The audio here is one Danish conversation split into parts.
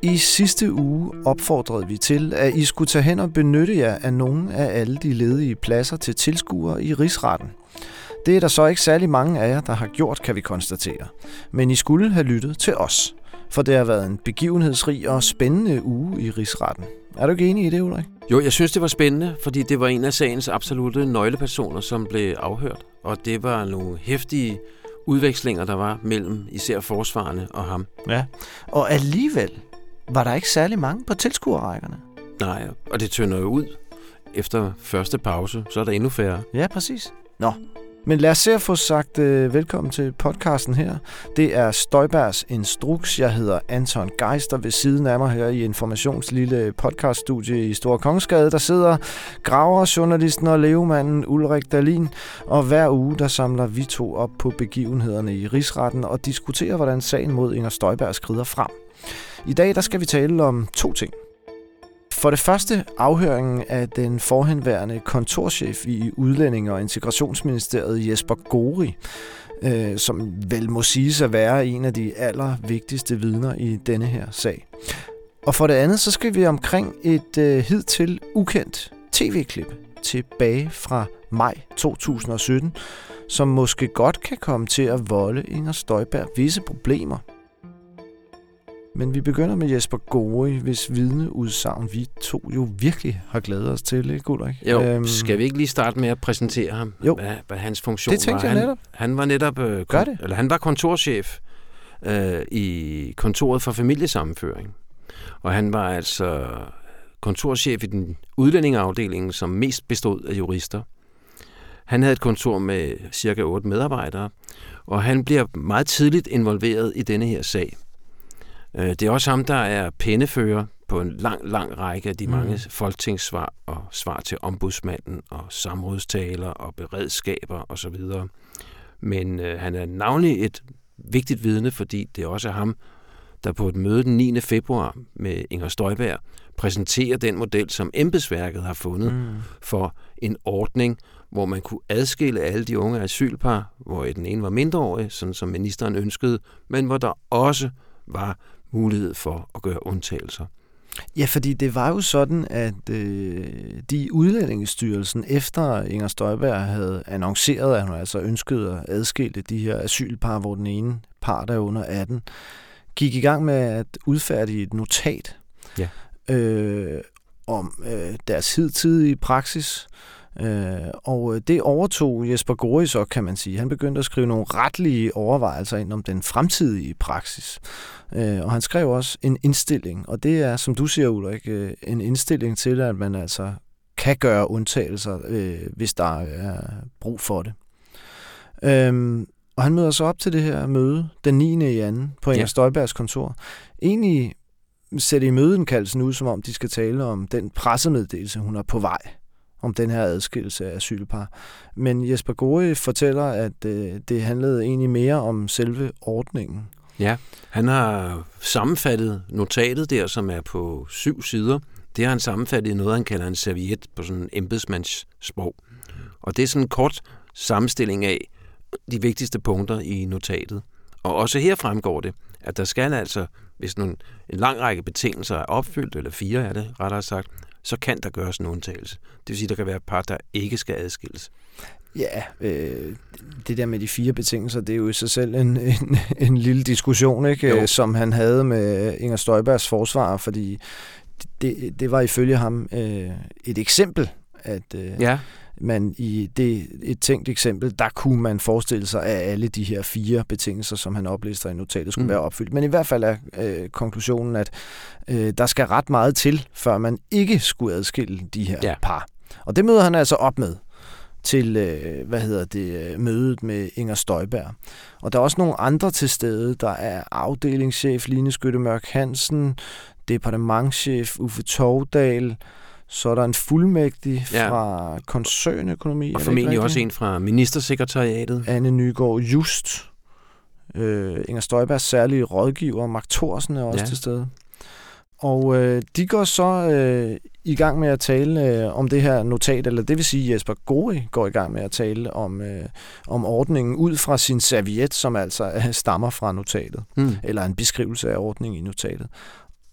I sidste uge opfordrede vi til, at I skulle tage hen og benytte jer af nogle af alle de ledige pladser til tilskuere i Rigsretten. Det er der så ikke særlig mange af jer, der har gjort, kan vi konstatere. Men I skulle have lyttet til os, for det har været en begivenhedsrig og spændende uge i Rigsretten. Er du ikke enig i det, Ulrik? Jo, jeg synes, det var spændende, fordi det var en af sagens absolutte nøglepersoner, som blev afhørt. Og det var nogle heftige udvekslinger, der var mellem især forsvarerne og ham. Ja, og alligevel var der ikke særlig mange på tilskuerrækkerne. Nej, og det tynder jo ud. Efter første pause, så er der endnu færre. Ja, præcis. Nå, men lad os se at få sagt velkommen til podcasten her. Det er Støjbergs Instruks. Jeg hedder Anton Geister ved siden af mig her i Informations lille podcaststudie i Store Kongensgade. Der sidder graverjournalisten og levemanden Ulrik Dahlin, og hver uge der samler vi to op på begivenhederne i Rigsretten og diskuterer, hvordan sagen mod Inger Støjberg skrider frem. I dag der skal vi tale om to ting. For det første afhøringen af den forhenværende kontorchef i Udlændinge- og Integrationsministeriet Jesper Gori, som vel må siges at være en af de allervigtigste vidner i denne her sag. Og for det andet så skal vi omkring et hidtil ukendt tv-klip tilbage fra maj 2017, som måske godt kan komme til at volde Inger Støjberg visse problemer. Men vi begynder med Jesper Gori, hvis vidneudsagn vi to jo virkelig har glædet os til, ikke Ulrik? Jo, skal vi ikke lige starte med at præsentere ham, hvad hans funktion var? Det tænkte jeg netop. Han var netop han var kontorchef i kontoret for familiesammenføring. Og han var altså kontorchef i den udlændingeafdeling, som mest bestod af jurister. Han havde et kontor med cirka 8 medarbejdere, og han bliver meget tidligt involveret i denne her sag. Det er også ham, der er pennefører på en lang række af de mange folketingssvar og svar til ombudsmanden og samrådstaler og beredskaber osv. Men han er navnlig et vigtigt vidne, fordi det også er ham, der på et møde den 9. februar med Inger Støjberg præsenterer den model, som embedsværket har fundet for en ordning, hvor man kunne adskille alle de unge asylpar, hvor den ene var mindreårig, sådan som ministeren ønskede, men hvor der også var mulighed for at gøre undtagelser. Ja, fordi det var jo sådan, at de Udlændingestyrelsen efter Inger Støjberg havde annonceret, at hun altså ønskede at adskille de her asylpar, hvor den ene part er under 18, gik i gang med at udfærdige et notat om deres hidtidige praksis. Og det overtog Jesper Gori så, kan man sige. Han begyndte at skrive nogle retlige overvejelser ind om den fremtidige praksis. Og han skrev også en indstilling, og det er, som du siger, Ulrik, en indstilling til, at man altså kan gøre undtagelser, hvis der er brug for det. Og han møder så op til det her møde den 9. i anden på Inger Støjbergs kontor. Egentlig ser det i mødeindkaldelsen ud, som om de skal tale om den pressemeddelelse, hun er på vej, om den her adskillelse af asylpar. Men Jesper Gori fortæller, at det handlede egentlig mere om selve ordningen. Ja, han har sammenfattet notatet der, som er på 7 sider. Det har han sammenfattet i noget, han kalder en serviet på sådan en embedsmandssprog. Og det er sådan en kort sammenstilling af de vigtigste punkter i notatet. Og også her fremgår det, at der skal altså, hvis en lang række betingelser er opfyldt, eller 4 er det rettere sagt, så kan der gøres en undtagelse. Det vil sige, at der kan være et par, der ikke skal adskilles. Ja, det der med de 4 betingelser, det er jo i sig selv en lille diskussion, ikke? Som han havde med Inger Støjbergs forsvarer, fordi det var ifølge ham et eksempel, at man i et tænkt eksempel, der kunne man forestille sig, at alle de her 4 betingelser, som han oplister i notatet, skulle være opfyldt. Men i hvert fald er konklusionen, at der skal ret meget til, før man ikke skulle adskille de her par. Og det møder han altså op med til mødet med Inger Støjberg. Og der er også nogle andre til stede. Der er afdelingschef Line Skytte Mørk Hansen, departementschef Uffe Tovdal, så er der en fuldmægtig fra koncernøkonomi. Og formentlig også en fra ministersekretariatet. Anne Nygaard Just. Inger Støjbergs særlige rådgiver, Mark Thorsen, er også til stede. Og de går så i gang med at tale om det her notat, eller det vil sige, Jesper Gori går i gang med at tale om ordningen ud fra sin serviet, som altså stammer fra notatet, eller en beskrivelse af ordningen i notatet.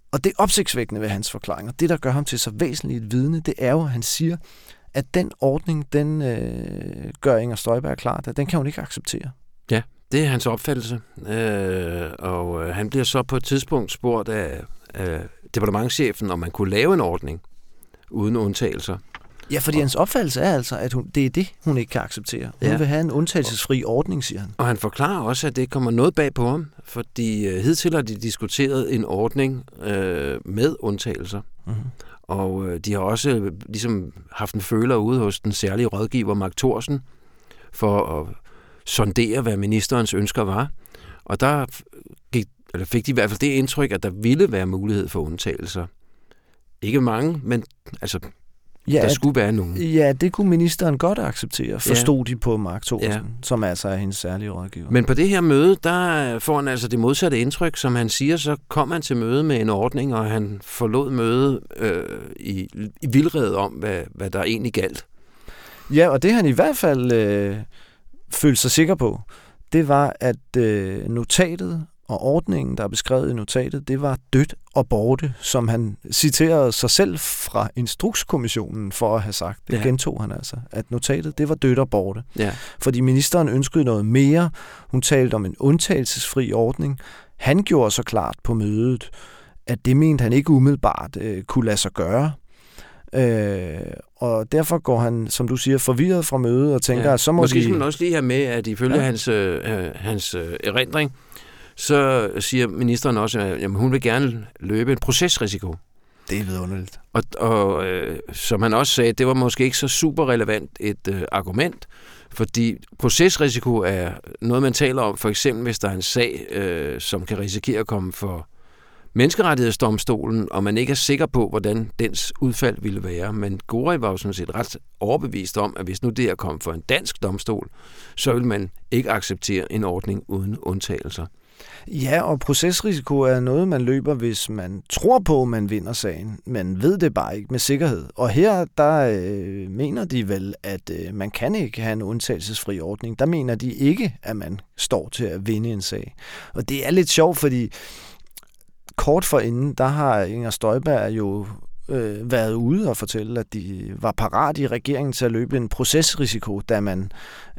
Og det opsigtsvækkende ved hans forklaring, og det, der gør ham til så væsentligt et vidne, det er jo, at han siger, at den ordning, den gør Inger Støjberg klart, at den kan hun ikke acceptere. Ja, det er hans opfattelse. Og han bliver så på et tidspunkt spurgt af departementschefen, om man kunne lave en ordning uden undtagelser. Ja, fordi hans opfattelse er altså, at det er det, hun ikke kan acceptere. Hun vil have en undtagelsesfri ordning, siger han. Og han forklarer også, at det kommer noget bag på ham, fordi hidtil har de diskuteret en ordning med undtagelser. Mm-hmm. Og de har også ligesom haft en føler ude hos den særlige rådgiver, Mark Thorsen, for at sondere, hvad ministerens ønsker var. Og der fik de i hvert fald det indtryk, at der ville være mulighed for undtagelser. Ikke mange, men altså... Ja, der skulle være nogen. Ja, det kunne ministeren godt acceptere, forstod de på Mark Thorsen, som altså er hendes særlige rådgiver. Men på det her møde, der får han altså det modsatte indtryk, som han siger, så kom han til møde med en ordning, og han forlod mødet i vildrede om, hvad der egentlig galt. Ja, og det han i hvert fald følte sig sikker på, det var, at notatet og ordningen, der er beskrevet i notatet, det var dødt og borte, som han citerede sig selv fra Instrukskommissionen for at have sagt. Det gentog han altså, at notatet, det var dødt og borte. Ja. Fordi ministeren ønskede noget mere. Hun talte om en undtagelsesfri ordning. Han gjorde så klart på mødet, at det mente han ikke umiddelbart kunne lade sig gøre. Og derfor går han, som du siger, forvirret fra mødet og tænker, at så må måske skal man også lige have med, at ifølge hans erindring, så siger ministeren også, at hun vil gerne løbe en procesrisiko. Det er vidunderligt. Og som han også sagde, det var måske ikke så super relevant et argument, fordi procesrisiko er noget, man taler om, for eksempel hvis der er en sag, som kan risikere at komme for Menneskerettighedsdomstolen, og man ikke er sikker på, hvordan dens udfald ville være. Men Gori var jo sådan set ret overbevist om, at hvis nu det er kommet for en dansk domstol, så vil man ikke acceptere en ordning uden undtagelser. Ja, og procesrisiko er noget, man løber, hvis man tror på, man vinder sagen. Man ved det bare ikke med sikkerhed. Og her, der mener de vel, at man kan ikke have en undtagelsesfri ordning. Der mener de ikke, at man står til at vinde en sag. Og det er lidt sjovt, fordi kort forinden, der har Inger Støjberg jo været ude og fortælle, at de var parat i regeringen til at løbe en procesrisiko, da man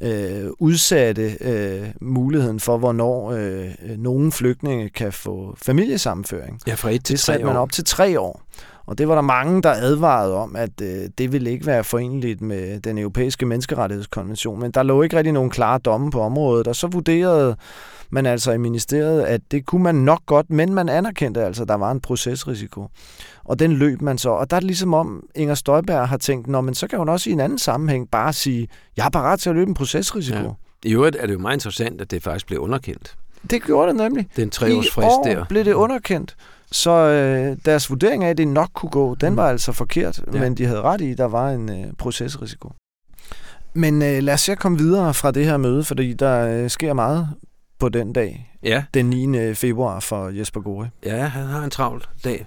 udsatte muligheden for, hvornår nogle flygtninge kan få familiesammenføring. Ja, fra 1 til 3 år. Det satte man op til 3 år. Og det var der mange, der advarede om, at det ville ikke være foreneligt med den europæiske menneskerettighedskonvention. Men der lå ikke rigtig nogen klare domme på området, og så vurderede man altså i ministeriet, at det kunne man nok godt, men man anerkendte altså, at der var en procesrisiko. Og den løb man så. Og der er det ligesom om, Inger Støjberg har tænkt, men så kan hun også i en anden sammenhæng bare sige, jeg er parat til at løbe en procesrisiko. Ja. I øvrigt er det jo meget interessant, at det faktisk blev underkendt. Det gjorde det nemlig. Den 3-årsfrist der. I år blev det underkendt. Så deres vurdering af, at det nok kunne gå, den var altså forkert, men de havde ret i, at der var en procesrisiko. Men lad os komme videre fra det her møde, fordi der sker meget på den dag, den 9. februar for Jesper Gori. Ja, han har en travl dag.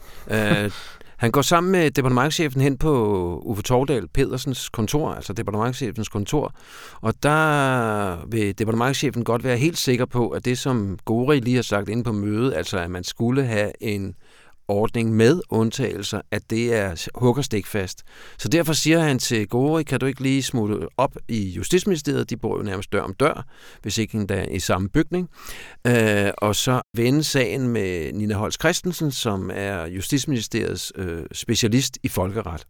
Han går sammen med departementschefen hen på Uffe Thordal Pedersens kontor, altså departementschefens kontor, og der vil departementschefen godt være helt sikker på, at det, som Gori lige har sagt inde på mødet, altså at man skulle have en ordning med undtagelser, at det er huggerstikfast. Så derfor siger han til Gori, kan du ikke lige smutte op i Justitsministeriet, de bor jo nærmest dør om dør, hvis ikke endda i samme bygning, og så vende sagen med Nina Holst Christensen, som er Justitsministeriets specialist i folkeret.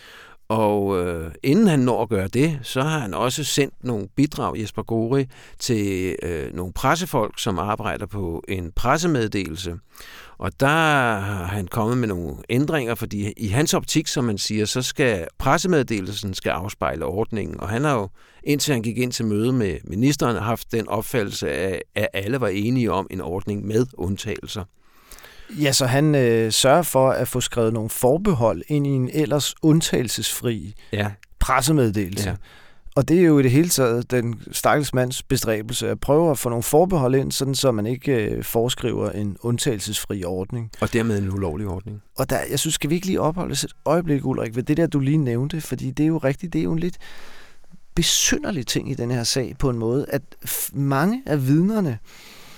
Og inden han når at gøre det, så har han også sendt nogle bidrag, Jesper Gori, til nogle pressefolk, som arbejder på en pressemeddelelse. Og der har han kommet med nogle ændringer, fordi i hans optik, som man siger, så skal pressemeddelelsen afspejle ordningen. Og han har jo, indtil han gik ind til møde med ministeren, haft den opfattelse af, at alle var enige om en ordning med undtagelser. Ja, så han sørger for at få skrevet nogle forbehold ind i en ellers undtagelsesfri pressemeddelelse. Ja. Og det er jo i det hele taget den stakkels mands bestræbelse at prøve at få nogle forbehold ind, sådan så man ikke foreskriver en undtagelsesfri ordning. Og dermed en ulovlig ordning. Og der, jeg synes, skal vi ikke lige opholde os et øjeblik, Ulrik, ved det der, du lige nævnte, fordi det er jo rigtigt, det er jo en lidt besynderlig ting i den her sag på en måde, at mange af vidnerne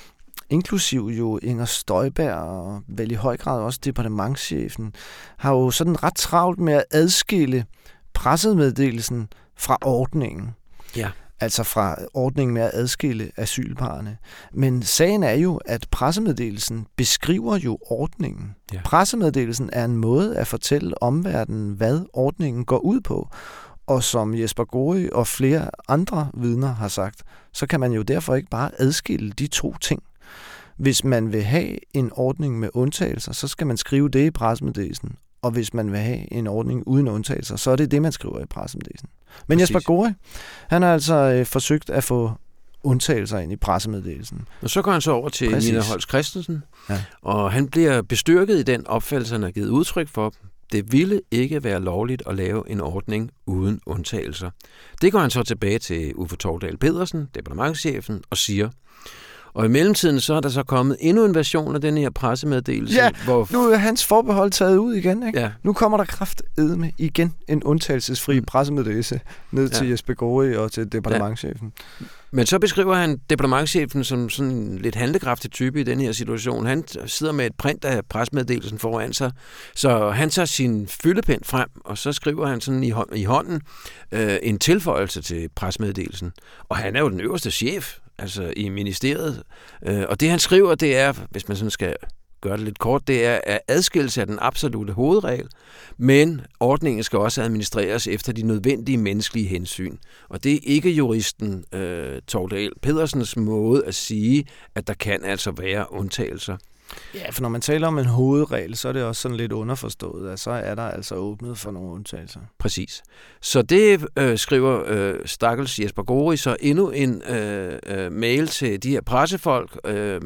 inklusiv jo Inger Støjberg og vel i høj grad også departementschefen, har jo sådan ret travlt med at adskille pressemeddelelsen fra ordningen. Ja. Altså fra ordningen med at adskille asylparerne. Men sagen er jo, at pressemeddelelsen beskriver jo ordningen. Ja. Pressemeddelelsen er en måde at fortælle omverdenen, hvad ordningen går ud på. Og som Jesper Gori og flere andre vidner har sagt, så kan man jo derfor ikke bare adskille de to ting. Hvis man vil have en ordning med undtagelser, så skal man skrive det i pressemeddelelsen. Og hvis man vil have en ordning uden undtagelser, så er det det, man skriver i pressemeddelelsen. Men Jesper Gori, han har altså forsøgt at få undtagelser ind i pressemeddelelsen. Og så går han så over til Nina Holst Christensen, og han bliver bestyrket i den opfattelse, han har givet udtryk for. Det ville ikke være lovligt at lave en ordning uden undtagelser. Det går han så tilbage til Uffe Tourdal Pedersen, departementschefen, og siger. Og i mellemtiden så er der så kommet endnu en version af den her pressemeddelelse. Ja, nu er hans forbehold taget ud igen, ikke? Ja. Nu kommer der kraftedme igen en undtagelsesfri pressemeddelelse ned til Jesper Gori og til departementschefen. Ja. Men så beskriver han departementschefen som sådan en lidt handlekraftig type i den her situation. Han sidder med et print af pressemeddelelsen foran sig, så han tager sin fyldepen frem, og så skriver han sådan i hånden en tilføjelse til pressemeddelelsen. Og han er jo den øverste chef, altså i ministeriet. Og det han skriver, det er, hvis man sådan skal gøre det lidt kort, det er at adskillelse af den absolute hovedregel, men ordningen skal også administreres efter de nødvendige menneskelige hensyn. Og det er ikke juristen Tourdal Pedersens måde at sige, at der kan altså være undtagelser. Ja, for når man taler om en hovedregel, så er det også sådan lidt underforstået, at så er der altså åbnet for nogle undtagelser. Præcis. Så det skriver stakkels Jesper Gori så endnu en mail til de her pressefolk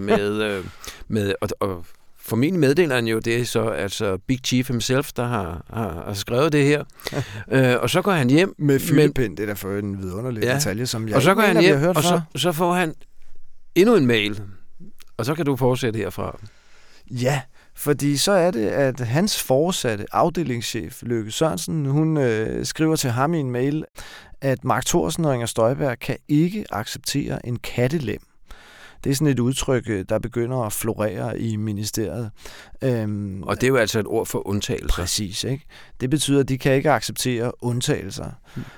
med og formentlig meddeler han jo, det er så altså Big Chief himself, der har skrevet det her. Og så går han hjem. Med fyldepind, det er der for en vidunderlig detalje, som jeg og så går han hjem, hørt og så får han endnu en mail. Og så kan du fortsætte herfra. Ja, fordi så er det, at hans forsatte afdelingschef, Løkke Sørensen, hun skriver til ham i en mail, at Mark Thorsen og Inger Støjberg kan ikke acceptere en kattelem. Det er sådan et udtryk, der begynder at florere i ministeriet. Og det er jo altså et ord for undtagelser. Præcis, ikke? Det betyder, at de kan ikke acceptere undtagelser.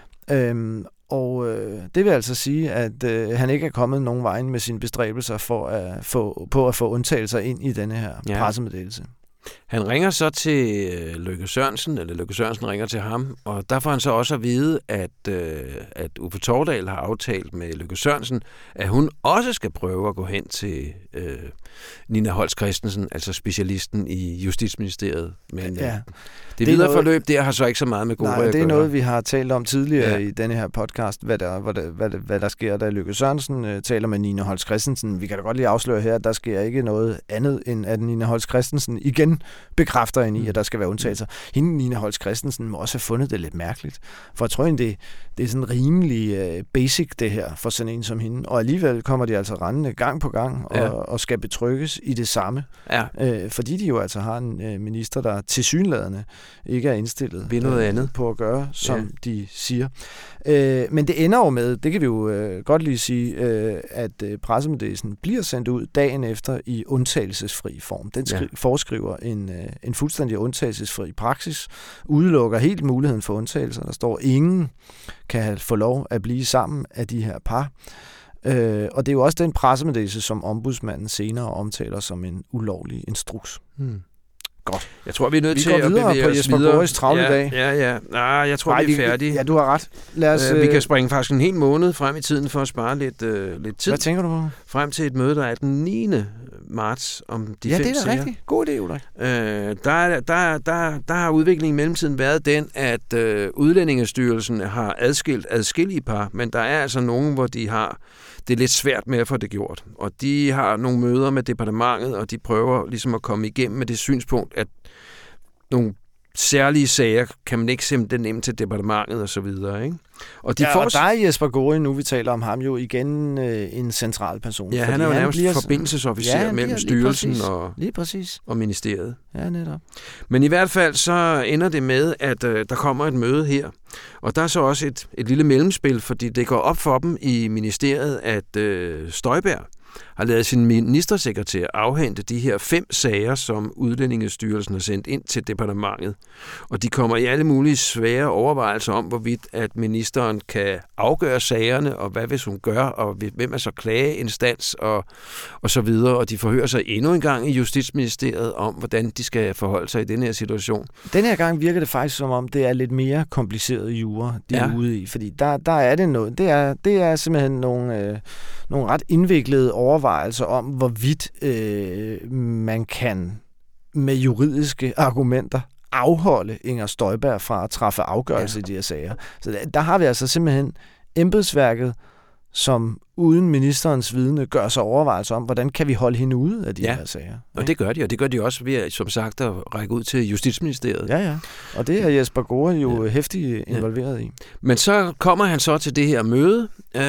Og det vil altså sige, at han ikke er kommet nogen vejen med sine bestræbelser for at få undtagelser ind i denne her pressemeddelelse. Han ringer så til Løkke Sørensen, eller Løkke Sørensen ringer til ham, og der får han så også at vide, at Uffe Tourdal har aftalt med Løkke Sørensen, at hun også skal prøve at gå hen til Nina Holst Christensen, altså specialisten i Justitsministeriet. Men det videre forløb der har så ikke så meget med Gori at gøre. Det er noget, vi har talt om tidligere i denne her podcast, hvad der sker, da Løkke Sørensen taler med Nina Holst Christensen. Vi kan da godt lige afsløre her, at der sker ikke noget andet, end at Nina Holst Christensen igen bekræfter hende i, at der skal være undtagelser. Hende, Nina Holst Christensen, må også have fundet det lidt mærkeligt. For jeg tror egentlig, det er sådan rimelig basic, det her, for sådan en som hende. Og alligevel kommer de altså rendende gang på gang og skal betrykkes i det samme. Ja. Fordi de jo altså har en minister, der tilsyneladende ikke er indstillet på at gøre, som de siger. Men det ender jo med, det kan vi jo godt lige sige, at pressemeddelelsen bliver sendt ud dagen efter i undtagelsesfri form. Den foreskriver en fuldstændig undtagelsesfri praksis, udelukker helt muligheden for undtagelser. Der står, ingen kan få lov at blive sammen af de her par. Og det er jo også den pressemeddelelse, som ombudsmanden senere omtaler som en ulovlig instruks. Godt. Jeg tror, vi er nødt til at bevæge os videre. Vi går videre på Jesper Goris travle dag. Ja. Jeg tror, vi er færdige. Ja, du har ret. Lad os, vi kan springe faktisk en hel måned frem i tiden for at spare lidt tid. Hvad tænker du på? Frem til et møde, der er den 9. marts om de 5 sager. Ja, det er da rigtigt. God idé, Ulrik. Der har udviklingen i mellemtiden været den, at Udlændingestyrelsen har adskilt adskillige par, men der er altså nogen, hvor de har det er lidt svært med at få det gjort. Og de har nogle møder med departementet, og de prøver ligesom at komme igennem med det synspunkt, at nogle særlige sager kan man ikke simpelthen nemme til departementet og så videre, ikke? Og der er Jesper Gori, nu vi taler om ham, jo igen en central person. Ja, han er jo nærmest forbindelsesofficer mellem styrelsen og ministeriet. Ja, netop. Men i hvert fald så ender det med, at der kommer et møde her, og der er så også et lille mellemspil, fordi det går op for dem i ministeriet, at Støjberg har lavet sin ministersekretær afhente de her 5 sager, som Udlændingestyrelsen har sendt ind til departementet. Og de kommer i alle mulige svære overvejelser om, hvorvidt at ministeren kan afgøre sagerne, og hvad hvis hun gør, og hvem er så klageinstans, og så videre. Og de forhører sig endnu en gang i Justitsministeriet om, hvordan de skal forholde sig i den her situation. Den her gang virker det faktisk som om, det er lidt mere kompliceret jura, de er ude i. Fordi der er det noget. Det er simpelthen nogle ret indviklede overvejelser om, hvorvidt man kan med juridiske argumenter afholde Inger Støjberg fra at træffe afgørelse i de her sager. Så der har vi altså simpelthen embedsværket, som uden ministerens vidne gør sig overvejelser om, hvordan kan vi holde hende ude af de her sager. Og det gør de også ved, som sagt, at række ud til Justitsministeriet. Ja. Og det er Jesper Gore jo hæftigt involveret i. Men så kommer han så til det her møde,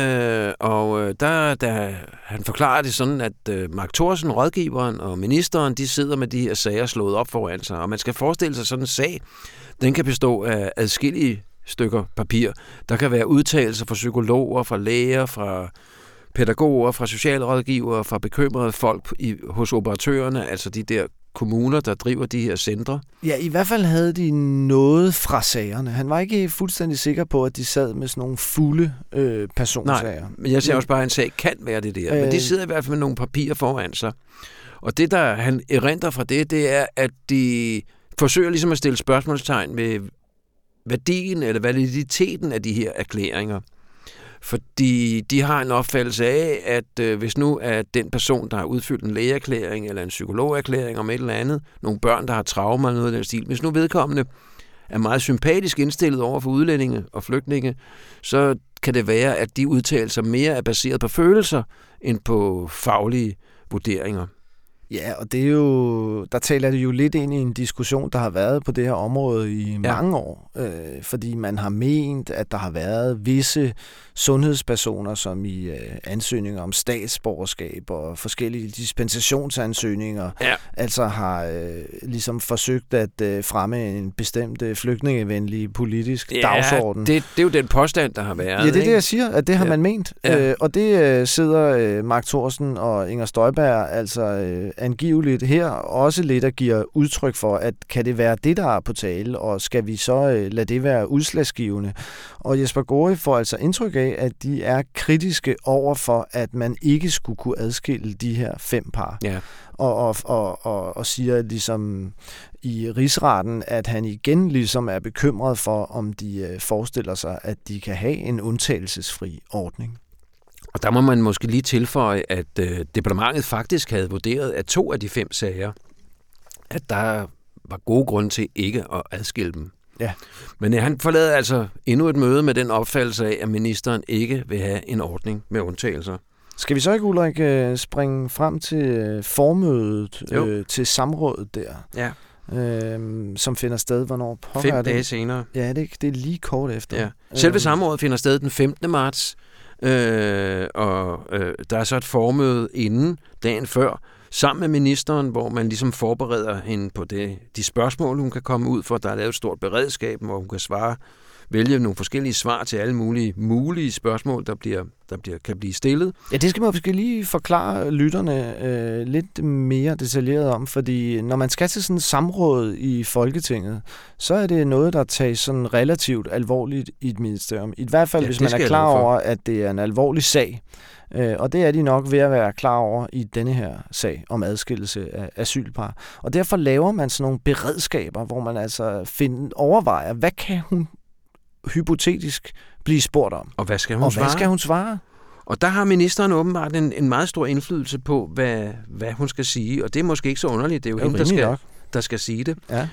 og der han forklarer det sådan, at Mark Thorsen, rådgiveren og ministeren, de sidder med de her sager slået op foran sig. Og man skal forestille sig sådan en sag, den kan bestå af adskillige stykker papir. Der kan være udtalelser fra psykologer, fra læger, fra pædagoger, fra socialrådgivere, fra bekymrede folk hos operatørerne, altså de der kommuner, der driver de her centre. Ja, i hvert fald havde de noget fra sagerne. Han var ikke fuldstændig sikker på, at de sad med sådan nogle fulde personsager. Nej, men jeg siger også bare, at en sag kan være det der. Men de sidder i hvert fald med nogle papirer foran sig. Og det, der han erindrer fra det er, at de forsøger ligesom at stille spørgsmålstegn ved værdien eller validiteten af de her erklæringer. Fordi de har en opfattelse af, at hvis nu er den person, der har udfyldt en lægeerklæring eller en psykologerklæring om et eller andet, nogle børn, der har traumer eller noget af den stil, hvis nu vedkommende er meget sympatisk indstillet over for udlændinge og flygtninge, så kan det være, at de udtalelser mere er baseret på følelser end på faglige vurderinger. Ja, og det er jo, der taler det jo lidt ind i en diskussion, der har været på det her område i mange år, fordi man har ment, at der har været visse sundhedspersoner, som i ansøgninger om statsborgerskab og forskellige dispensationsansøgninger, altså har ligesom forsøgt at fremme en bestemt flygtningevenlig politisk dagsorden. Det er jo den påstand, der har været. Ja, det er det, jeg siger, at det har man ment. Og det sidder Mark Thorsen og Inger Støjberg altså angiveligt her også lidt at giver udtryk for, at kan det være det, der er på tale, og skal vi så lade det være udslagsgivende? Og Jesper Gore får altså indtryk af, at de er kritiske over for, at man ikke skulle kunne adskille de her 5 par. Ja. Og siger ligesom i rigsretten, at han igen ligesom er bekymret for, om de forestiller sig, at de kan have en undtagelsesfri ordning. Og der må man måske lige tilføje, at departementet faktisk havde vurderet, at 2 af de 5 sager, at der var gode grunde til ikke at adskille dem. Ja. Men han forlader altså endnu et møde med den opfattelse af, at ministeren ikke vil have en ordning med undtagelser. Skal vi så ikke, Ulrik, springe frem til formødet, til samrådet der? Ja. Som finder sted, hvornår pågår 5 dage senere. Ja, det er lige kort efter. Ja. Selve samrådet finder sted den 15. marts, og der er så et formøde inden, dagen før, sammen med ministeren, hvor man ligesom forbereder hende på de spørgsmål, hun kan komme ud for. Der er lavet et stort beredskab, hvor hun kan vælge nogle forskellige svar til alle mulige spørgsmål, der kan blive stillet. Ja, det skal man måske lige forklare lytterne lidt mere detaljeret om, fordi når man skal til sådan et samråd i Folketinget, så er det noget, der tages sådan relativt alvorligt i et ministerium. I hvert fald, hvis man er klar over, at det er en alvorlig sag. Og det er de nok ved at være klar over i denne her sag om adskillelse af asylpar. Og derfor laver man sådan nogle beredskaber, hvor man altså overvejer, hvad kan hun hypotetisk blive spurgt om? Og hvad skal hun svare? Og der har ministeren åbenbart en meget stor indflydelse på, hvad hun skal sige. Og det er måske ikke så underligt. Det er jo hende, der skal sige det. Ja.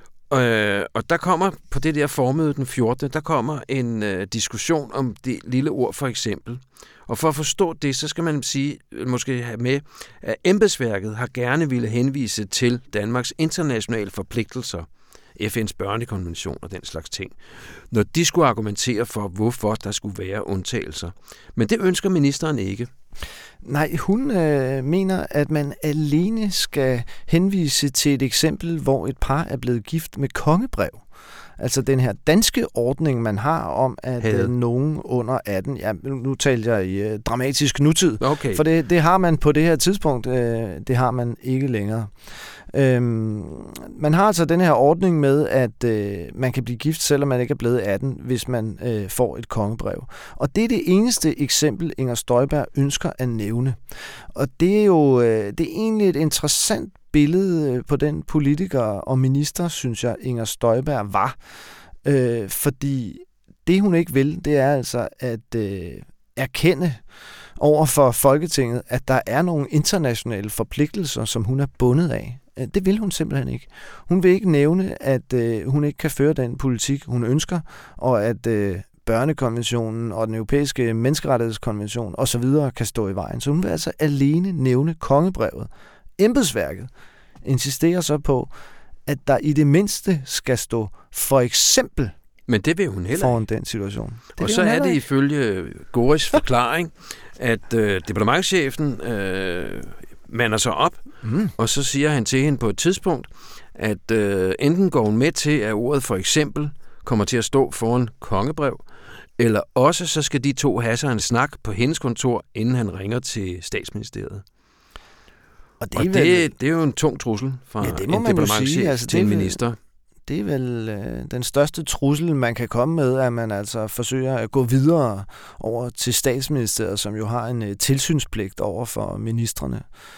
Og der kommer på det der formøde den 14. Der kommer en diskussion om det lille ord for eksempel. Og for at forstå det, så skal man måske have med, at embedsværket har gerne ville henvise til Danmarks internationale forpligtelser, FN's børnekonvention og den slags ting, når de skulle argumentere for, hvorfor der skulle være undtagelser. Men det ønsker ministeren ikke. Nej, hun mener, at man alene skal henvise til et eksempel, hvor et par er blevet gift med kongebrev. Altså den her danske ordning, man har om, at nogen under 18, ja, nu taler jeg i dramatisk nutid, okay. For det har man på det her tidspunkt, det har man ikke længere. Man har altså den her ordning med, at man kan blive gift, selvom man ikke er blevet 18, hvis man får et kongebrev. Og det er det eneste eksempel, Inger Støjberg ønsker at nævne. Og det er jo det er egentlig et interessant billede på den politiker og minister, synes jeg, Inger Støjberg var. Fordi det, hun ikke vil, det er altså at erkende over for Folketinget, at der er nogle internationale forpligtelser, som hun er bundet af. Det vil hun simpelthen ikke. Hun vil ikke nævne, at hun ikke kan føre den politik, hun ønsker, og at børnekonventionen og den europæiske menneskerettighedskonvention osv. kan stå i vejen. Så hun vil altså alene nævne kongebrevet. Embedsværket insisterer så på, at der i det mindste skal stå for eksempel. Men det vil hun heller foran den situation. Og så er det ifølge Goris forklaring, at departementschefen mander sig op, og så siger han til hende på et tidspunkt, at enten går hun med til, at ordet for eksempel kommer til at stå foran kongebrev, eller også så skal de to have sig en snak på hendes kontor, inden han ringer til Statsministeriet. Og det er jo en tung trussel fra en departementschef altså, til en minister. Det er vel den største trussel, man kan komme med, at man altså forsøger at gå videre over til Statsministeriet, som jo har en tilsynspligt over for ministrene.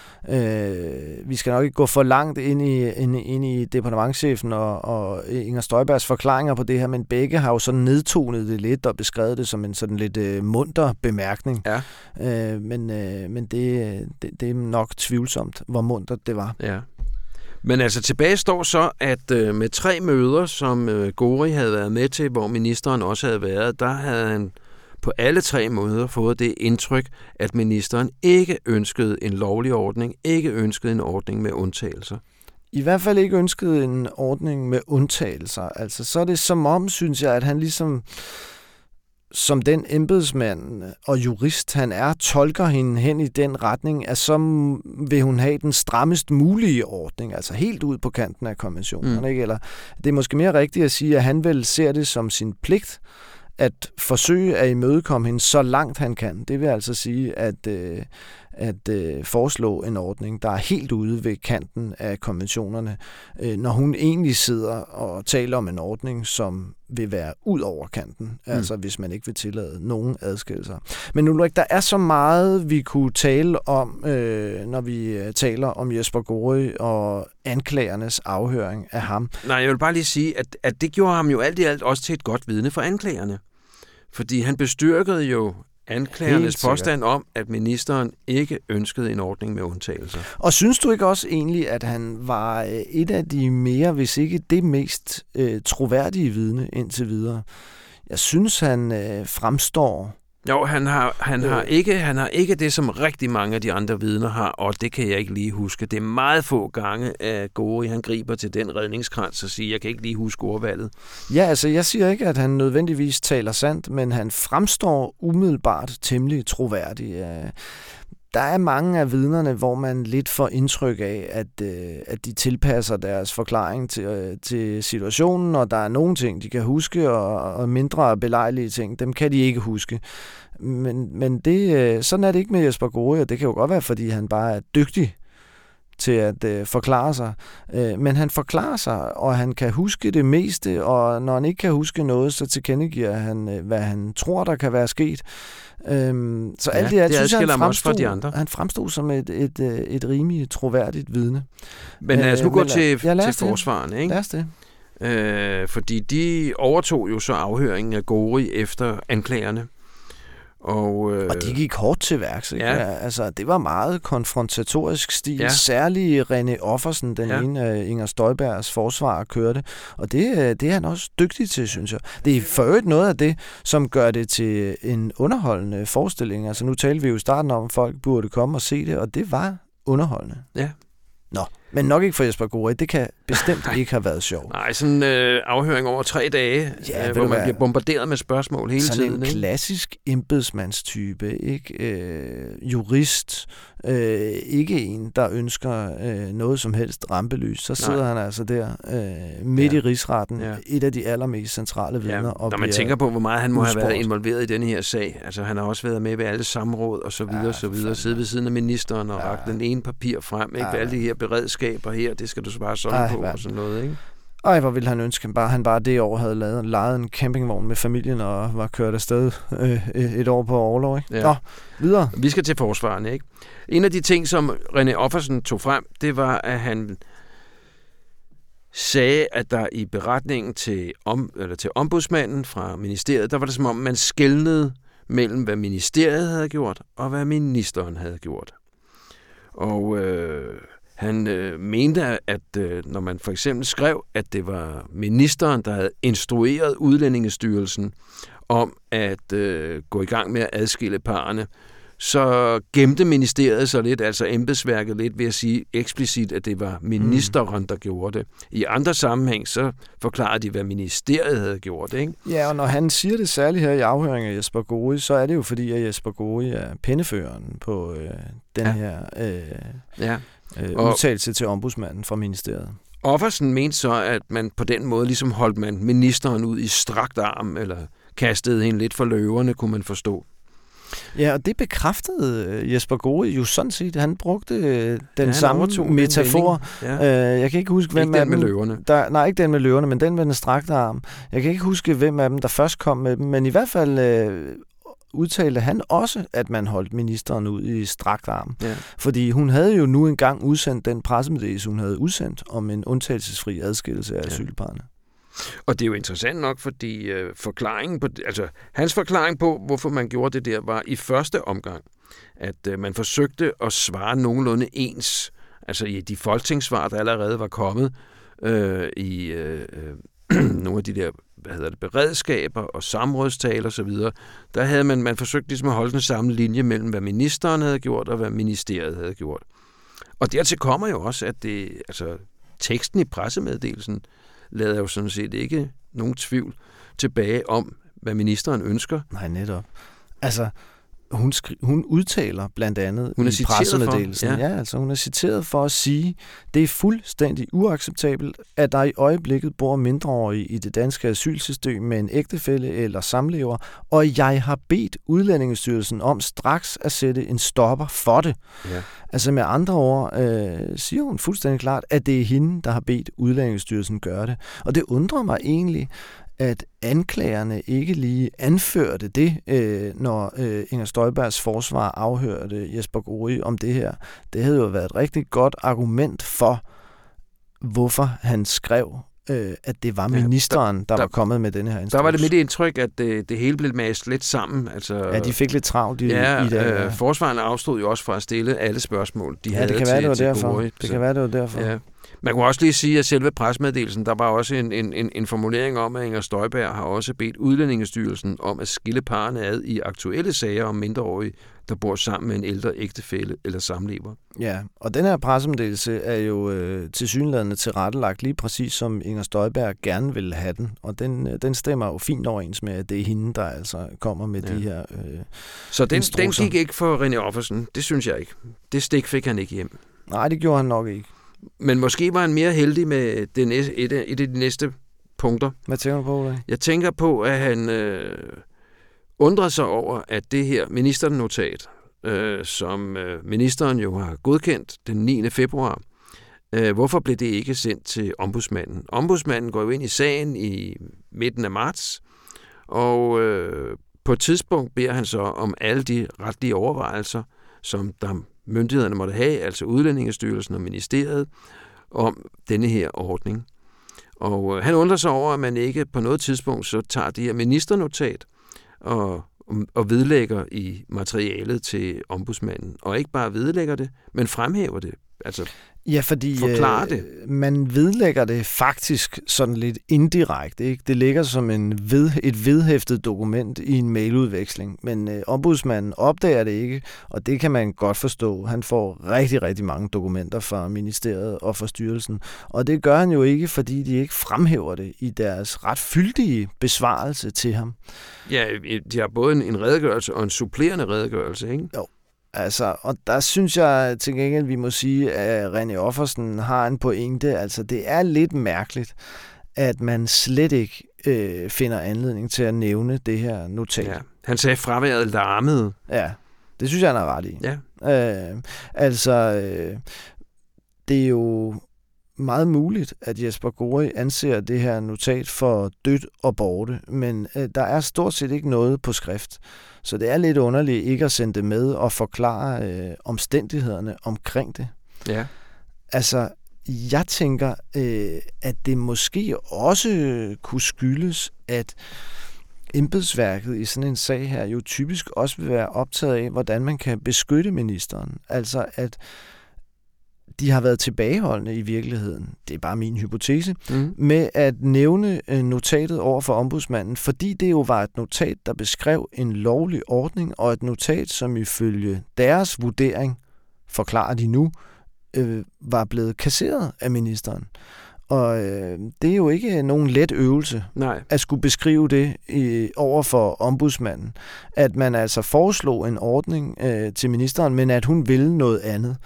Vi skal nok ikke gå for langt ind i departementschefen og Inger Støjbergs forklaringer på det her, men begge har jo sådan nedtonet det lidt og beskrevet det som en sådan lidt munter bemærkning. Ja. Men det er nok tvivlsomt, hvor muntert det var. Ja. Men altså tilbage står så, at med 3 møder, som Gori havde været med til, hvor ministeren også havde været, der havde han på alle 3 møder fået det indtryk, at ministeren ikke ønskede en lovlig ordning, ikke ønskede en ordning med undtagelser. I hvert fald ikke ønskede en ordning med undtagelser. Altså så er det som om, synes jeg, at han ligesom som den embedsmand og jurist, han er, tolker hende hen i den retning, at så vil hun have den strammest mulige ordning, altså helt ud på kanten af konventionen. Ikke? Eller det er måske mere rigtigt at sige, at han vel ser det som sin pligt, at forsøge at imødekomme hende så langt han kan. Det vil altså sige at foreslå en ordning, der er helt ude ved kanten af konventionerne, når hun egentlig sidder og taler om en ordning, som vil være ud over kanten, altså hvis man ikke vil tillade nogen adskillelser. Men Ulrik, der er så meget, vi kunne tale om, når vi taler om Jesper Gori og anklagernes afhøring af ham. Nej, jeg vil bare lige sige, at det gjorde ham jo alt i alt også til et godt vidne for anklagerne. Fordi han bestyrkede jo anklagernes påstand om, at ministeren ikke ønskede en ordning med undtagelser. Og synes du ikke også egentlig, at han var et af de mere, hvis ikke det mest troværdige vidne indtil videre? Jeg synes, han fremstår... Jo, han har ikke det, som rigtig mange af de andre vidner har, og det kan jeg ikke lige huske. Det er meget få gange, at Gori han griber til den redningskrans og siger, jeg kan ikke lige huske ordvalget. Ja, altså jeg siger ikke, at han nødvendigvis taler sandt, men han fremstår umiddelbart temmelig troværdig. Der er mange af vidnerne, hvor man lidt får indtryk af, at de tilpasser deres forklaring til situationen, og der er nogle ting, de kan huske, og mindre belejlige ting, dem kan de ikke huske. Men sådan er det ikke med Jesper Gori, og det kan jo godt være, fordi han bare er dygtig til at forklare sig. Men han forklarer sig, og han kan huske det meste, og når han ikke kan huske noget, så tilkendegiver han, hvad han tror, der kan være sket. Så alt det, synes jeg, han fremstod som et rimelig troværdigt vidne. Men lad os nu gå til forsvarerne, ikke? Lad os det. Fordi de overtog jo så afhøringen af Gori efter anklagerne. Og de gik hårdt til værks, ikke? Ja. Altså, det var meget konfrontatorisk stil. Ja. Særlig René Offersen, den ene af Inger Støjbergs forsvarer, kørte. Og det er han også dygtig til, synes jeg. Det er for øvrigt noget af det, som gør det til en underholdende forestilling. Altså, nu talte vi jo i starten om, at folk burde komme og se det, og det var underholdende. Ja. Nå, men nok ikke for Jesper Gori. Det kan bestemt ikke have været sjovt. Nej, sådan en afhøring over 3 dage, hvor man bliver bombarderet med spørgsmål hele tiden. Sådan en klassisk embedsmandstype, ikke? Jurist, ikke en, der ønsker noget som helst rampelys. Så sidder han altså der midt i rigsretten, et af de allermest centrale vidner. Ja. Når man tænker på, hvor meget han må have været involveret i denne her sag. Altså, han har også været med ved alle samråd og så videre, sidde ved siden af ministeren og række den ene papir frem, ikke? Ved alle de her beredskaber her, det skal du så bare sådan på og sådan noget, ikke? Ej, hvor ville han ønske, han bare det år havde lejet en campingvogn med familien og var kørt afsted et år på orlov, ikke? Ja. Nå, videre. Vi skal til forsvarerne, ikke? En af de ting, som René Offersen tog frem, det var, at han sagde, at der i beretningen til ombudsmanden fra ministeriet, der var det som om, man skelnede mellem, hvad ministeriet havde gjort, og hvad ministeren havde gjort. Og han mente, at når man for eksempel skrev, at det var ministeren, der havde instrueret Udlændingestyrelsen om at gå i gang med at adskille parrene, så gemte ministeriet så lidt, altså embedsværket lidt, ved at sige eksplicit, at det var ministeren, der gjorde det. I andre sammenhæng, så forklarede de, hvad ministeriet havde gjort, ikke? Ja, og når han siger det særligt her i afhøringen af Jesper Gori, så er det jo fordi, at Jesper Gori er penneføreren på den her udtalelse til ombudsmanden fra ministeriet. Offersen mente så, at man på den måde ligesom holdt man ministeren ud i strakt arm, eller kastede hende lidt for løverne, kunne man forstå. Ja, og det bekræftede Jesper Gori jo sådan set. Han brugte den samme metafor. Jeg kan ikke huske, hvem af dem... Ikke den med løverne. Nej, ikke den med løverne, men den med den strakte arm. Jeg kan ikke huske, hvem af dem, der først kom med dem, men i hvert fald udtalte han også, at man holdt ministeren ud i strakt arm. Ja. Fordi hun havde jo nu engang udsendt den pressemeddelelse, hun havde udsendt om en undtagelsesfri adskillelse af asylparrene. Og det er jo interessant nok, fordi hans forklaring på, hvorfor man gjorde det der, var i første omgang, at man forsøgte at svare nogenlunde ens, altså i de folketingssvar, der allerede var kommet i nogle af de der beredskaber og samrådstaler og så videre, der havde man forsøgt ligesom at holde den samme linje mellem, hvad ministeren havde gjort og hvad ministeriet havde gjort. Og dertil kommer jo også, at teksten i pressemeddelelsen lader jo sådan set ikke nogen tvivl tilbage om, hvad ministeren ønsker. Nej, netop. Altså, hun udtaler blandt andet i pressemeddelelsen. Hun er citeret for at sige, det er fuldstændig uacceptabelt, at der i øjeblikket bor mindreårige i det danske asylsystem med en ægtefælle eller samlever, og jeg har bedt Udlændingestyrelsen om straks at sætte en stopper for det. Ja. Altså med andre ord siger hun fuldstændig klart, at det er hende, der har bedt Udlændingestyrelsen gøre det. Og det undrer mig egentlig, at anklagerne ikke lige anførte det, når Inger Støjbergs forsvar afhørte Jesper Gori om det her. Det havde jo været et rigtig godt argument for, hvorfor han skrev, at det var ministeren, der var kommet med denne her instruks. Der var det mit indtryk, at det hele blev mast lidt sammen. Altså, ja, de fik lidt travlt i det. Forsvarerne afstod jo også fra at stille alle spørgsmål, de havde det kan til, være, det var til derfor. Gori. Det kan være, det var derfor. Ja. Man kunne også lige sige, at selve pressemeddelelsen, der var også en formulering om, at Inger Støjberg har også bedt Udlændingestyrelsen om at skille parrene ad i aktuelle sager om mindreårige, der bor sammen med en ældre ægtefælle eller samlever. Ja, og den her pressemeddelelse er jo tilsyneladende tilrettelagt lige præcis som Inger Støjberg gerne ville have den, og den stemmer jo fint overens med, at det er hende, der altså kommer med de her Så den gik ikke for René Offersen, det synes jeg ikke. Det stik fik han ikke hjem. Nej, det gjorde han nok ikke. Men måske var han mere heldig med et af de næste punkter. Hvad tænker du på det? Jeg tænker på, at han undrer sig over, at det her ministernotat, som ministeren jo har godkendt den 9. februar, hvorfor blev det ikke sendt til ombudsmanden? Ombudsmanden går jo ind i sagen i midten af marts, og på et tidspunkt beder han så om alle de retlige overvejelser, som der myndighederne måtte have, altså Udlændingestyrelsen og ministeriet, om denne her ordning. Og han undrer sig over, at man ikke på noget tidspunkt så tager det her ministernotat og vedlægger i materialet til ombudsmanden. Og ikke bare vedlægger det, men fremhæver det. Altså ja, fordi forklare det. Man vedlægger det faktisk sådan lidt indirekte. Ikke? Det ligger som et vedhæftet dokument i en mailudveksling, men ombudsmanden opdager det ikke, og det kan man godt forstå. Han får rigtig, rigtig mange dokumenter fra ministeriet og fra styrelsen, og det gør han jo ikke, fordi de ikke fremhæver det i deres ret fyldige besvarelse til ham. Ja, de har både en redegørelse og en supplerende redegørelse, ikke? Jo. Altså, og der synes jeg til gengæld, vi må sige, at René Offersen har en pointe. Altså, det er lidt mærkeligt, at man slet ikke finder anledning til at nævne det her notat. Ja. Han sagde, fraværet larmede. Ja, det synes jeg, han er ret i. Ja. Det er jo meget muligt, at Jesper Gori anser det her notat for dødt og borte, men der er stort set ikke noget på skrift. Så det er lidt underligt ikke at sende det med og forklare omstændighederne omkring det. Ja. Altså, jeg tænker, at det måske også kunne skyldes, at embedsværket i sådan en sag her jo typisk også vil være optaget af, hvordan man kan beskytte ministeren. Altså, at de har været tilbageholdende i virkeligheden, det er bare min hypotese, med at nævne notatet over for ombudsmanden, fordi det jo var et notat, der beskrev en lovlig ordning, og et notat, som ifølge deres vurdering, forklarer de nu, var blevet kasseret af ministeren. Og det er jo ikke nogen let øvelse at skulle beskrive det over for ombudsmanden. At man altså foreslog en ordning til ministeren, men at hun ville noget andet.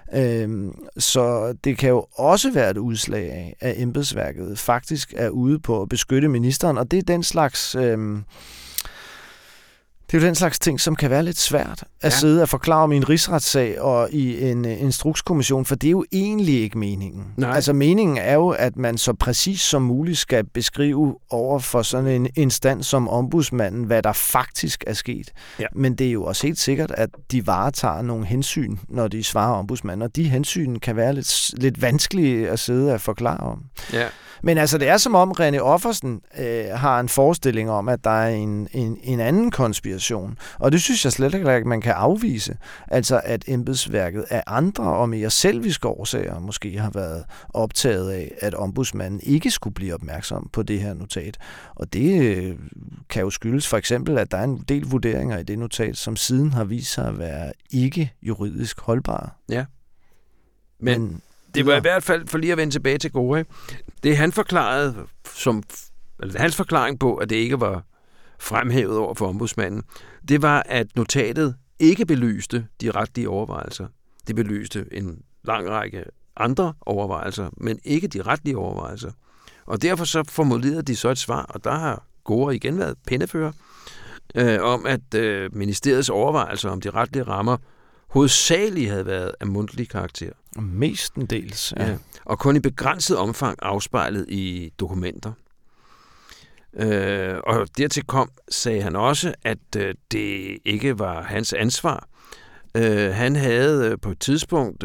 Så det kan jo også være et udslag af, at embedsværket faktisk er ude på at beskytte ministeren, og det er den slags... Det er jo den slags ting, som kan være lidt svært at sidde og forklare om i en rigsretssag og i en instrukskommission, for det er jo egentlig ikke meningen. Nej. Altså meningen er jo, at man så præcis som muligt skal beskrive over for sådan en instans som ombudsmanden, hvad der faktisk er sket. Ja. Men det er jo også helt sikkert, at de varetager nogle hensyn, når de svarer ombudsmanden, og de hensyn kan være lidt vanskelige at sidde og forklare om. Ja. Men altså, det er som om René Offersen har en forestilling om, at der er en anden konspiration. Og det synes jeg slet ikke, at man kan afvise. Altså, at embedsværket af andre og mere selviske årsager måske har været optaget af, at ombudsmanden ikke skulle blive opmærksom på det her notat. Og det kan jo skyldes for eksempel, at der er en del vurderinger i det notat, som siden har vist sig at være ikke juridisk holdbare. Ja. Men det var i hvert fald, for lige at vende tilbage til Gori, det han forklarede, hans forklaring på, at det ikke var fremhævet over for ombudsmanden, det var, at notatet ikke belyste de retlige overvejelser. Det belyste en lang række andre overvejelser, men ikke de retlige overvejelser. Og derfor så formulerede de så et svar, og der har Gori igen været pennefører, om at ministeriets overvejelser om de retlige rammer hovedsageligt havde været af mundtlig karakter. Mestendels, ja. Og kun i begrænset omfang afspejlet i dokumenter. Og dertil sagde han også, at det ikke var hans ansvar. Han havde på et tidspunkt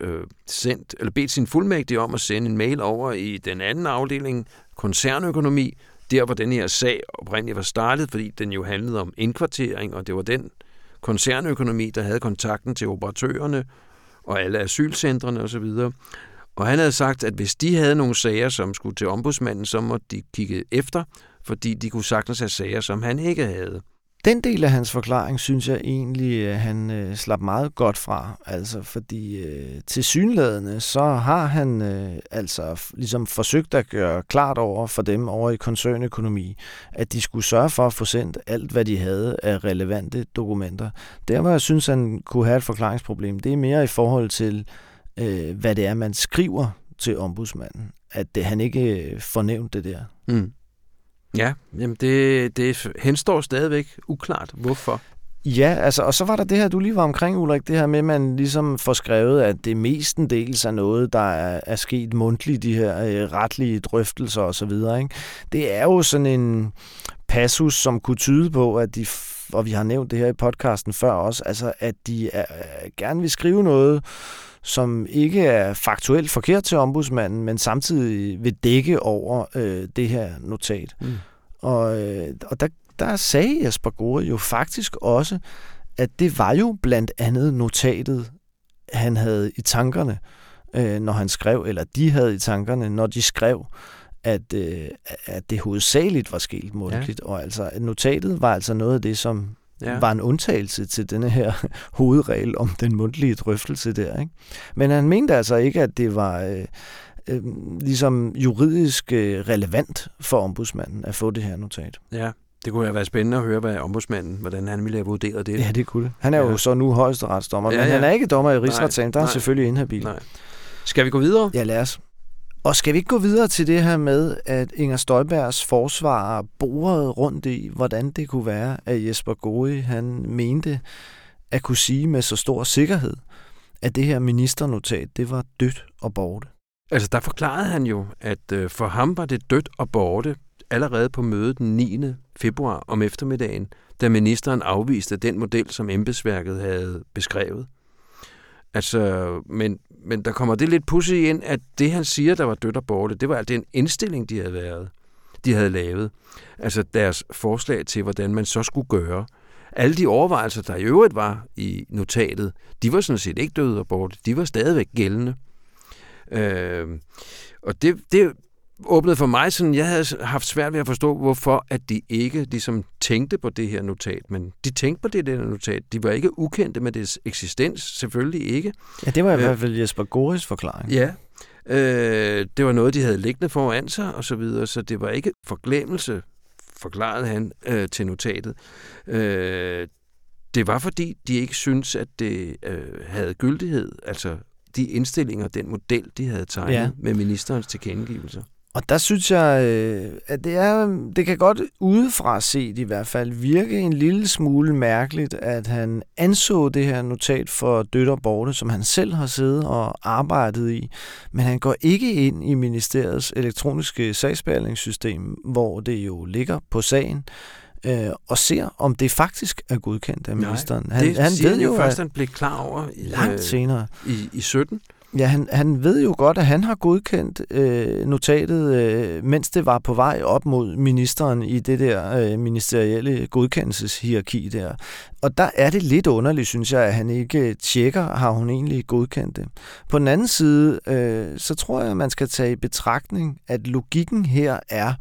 bedt sin fuldmægtige om at sende en mail over i den anden afdeling, koncernøkonomi, der hvor den her sag oprindeligt var startet, fordi den jo handlede om indkvartering, og det var den koncernøkonomi, der havde kontakten til operatørerne og alle asylcentrene osv. Og han havde sagt, at hvis de havde nogle sager, som skulle til ombudsmanden, så måtte de kigge efter, fordi de kunne sagtens have sager, som han ikke havde. Den del af hans forklaring, synes jeg egentlig, han slap meget godt fra. Altså, fordi tilsyneladende, så har han ligesom forsøgt at gøre klart over for dem over i koncernøkonomi, at de skulle sørge for at få sendt alt, hvad de havde af relevante dokumenter. Der, hvor jeg synes, han kunne have et forklaringsproblem, det er mere i forhold til, hvad det er, man skriver til ombudsmanden. At han ikke får nævnt det der. Mm. Ja, jamen det henstår stadigvæk uklart. Hvorfor? Ja, altså, og så var der det her, du lige var omkring, Ulrik, det her med, at man ligesom får skrevet, at det mestendels er noget, der er sket mundtligt, de her retlige drøftelser og så videre, ikke? Det er jo sådan en passus, som kunne tyde på, at de, og vi har nævnt det her i podcasten før også, altså at de gerne vil skrive noget, som ikke er faktuelt forkert til ombudsmanden, men samtidig vil dække over det her notat. Mm. Og der sagde Jesper Gori jo faktisk også, at det var jo blandt andet notatet, han havde i tankerne, når han skrev, eller de havde i tankerne, når de skrev, at det hovedsageligt var sket mundtligt. Ja. Og altså, notatet var altså noget af det, som var en undtagelse til denne her hovedregel om den mundtlige drøftelse der, ikke? Men han mente altså ikke, at det var ligesom juridisk relevant for ombudsmanden at få det her notat. Ja, Det kunne have været spændende at høre, hvad ombudsmanden, hvordan han ville have vurderet det. Ja, det kunne det. Han er jo så nu højesteretsdommer, men han er ikke dommer i rigsretssagen. Der er han selvfølgelig inhabil. Nej. Skal vi gå videre? Ja, lad os. Og skal vi ikke gå videre til det her med, at Inger Støjbergs forsvarer borede rundt i, hvordan det kunne være, at Jesper Gori, han mente at kunne sige med så stor sikkerhed, at det her ministernotat, det var dødt og borte. Altså, der forklarede han jo, at for ham var det dødt og borte allerede på mødet den 9. februar om eftermiddagen, da ministeren afviste den model, som embedsværket havde beskrevet. Altså, men der kommer det lidt pudsigt ind, at det, han siger, der var dødt og borte, det var altså en indstilling, de havde lavet. Altså deres forslag til, hvordan man så skulle gøre. Alle de overvejelser, der i øvrigt var i notatet, de var sådan set ikke døde og borte. De var stadigvæk gældende. Og det åbnede for mig sådan, jeg havde haft svært ved at forstå, hvorfor at de ikke ligesom tænkte på det her notat, men de tænkte på det der notat. De var ikke ukendte med dets eksistens, selvfølgelig ikke. Ja, det var i hvert fald Jesper Goris forklaring. Ja, det var noget, de havde liggende foran sig, og så videre, så det var ikke forglemmelse, forklarede han til notatet. Det var fordi, de ikke syntes, at det havde gyldighed, altså de indstillinger, den model, de havde tegnet med ministerens tilkendegivelser. Og der synes jeg, at det kan godt udefra set i hvert fald virke en lille smule mærkeligt, at han anså det her notat for dødt og borte, som han selv har siddet og arbejdet i, men han går ikke ind i ministeriets elektroniske sagsbehandlingssystem, hvor det jo ligger på sagen, og ser, om det faktisk er godkendt af ministeren. Han ved jo først, han blev klar over langt senere i 17. Ja, han ved jo godt, at han har godkendt notatet, mens det var på vej op mod ministeren i det der ministerielle godkendelseshierarki der. Og der er det lidt underligt, synes jeg, at han ikke tjekker, har hun egentlig godkendt det. På den anden side, så tror jeg, at man skal tage i betragtning, at logikken her er,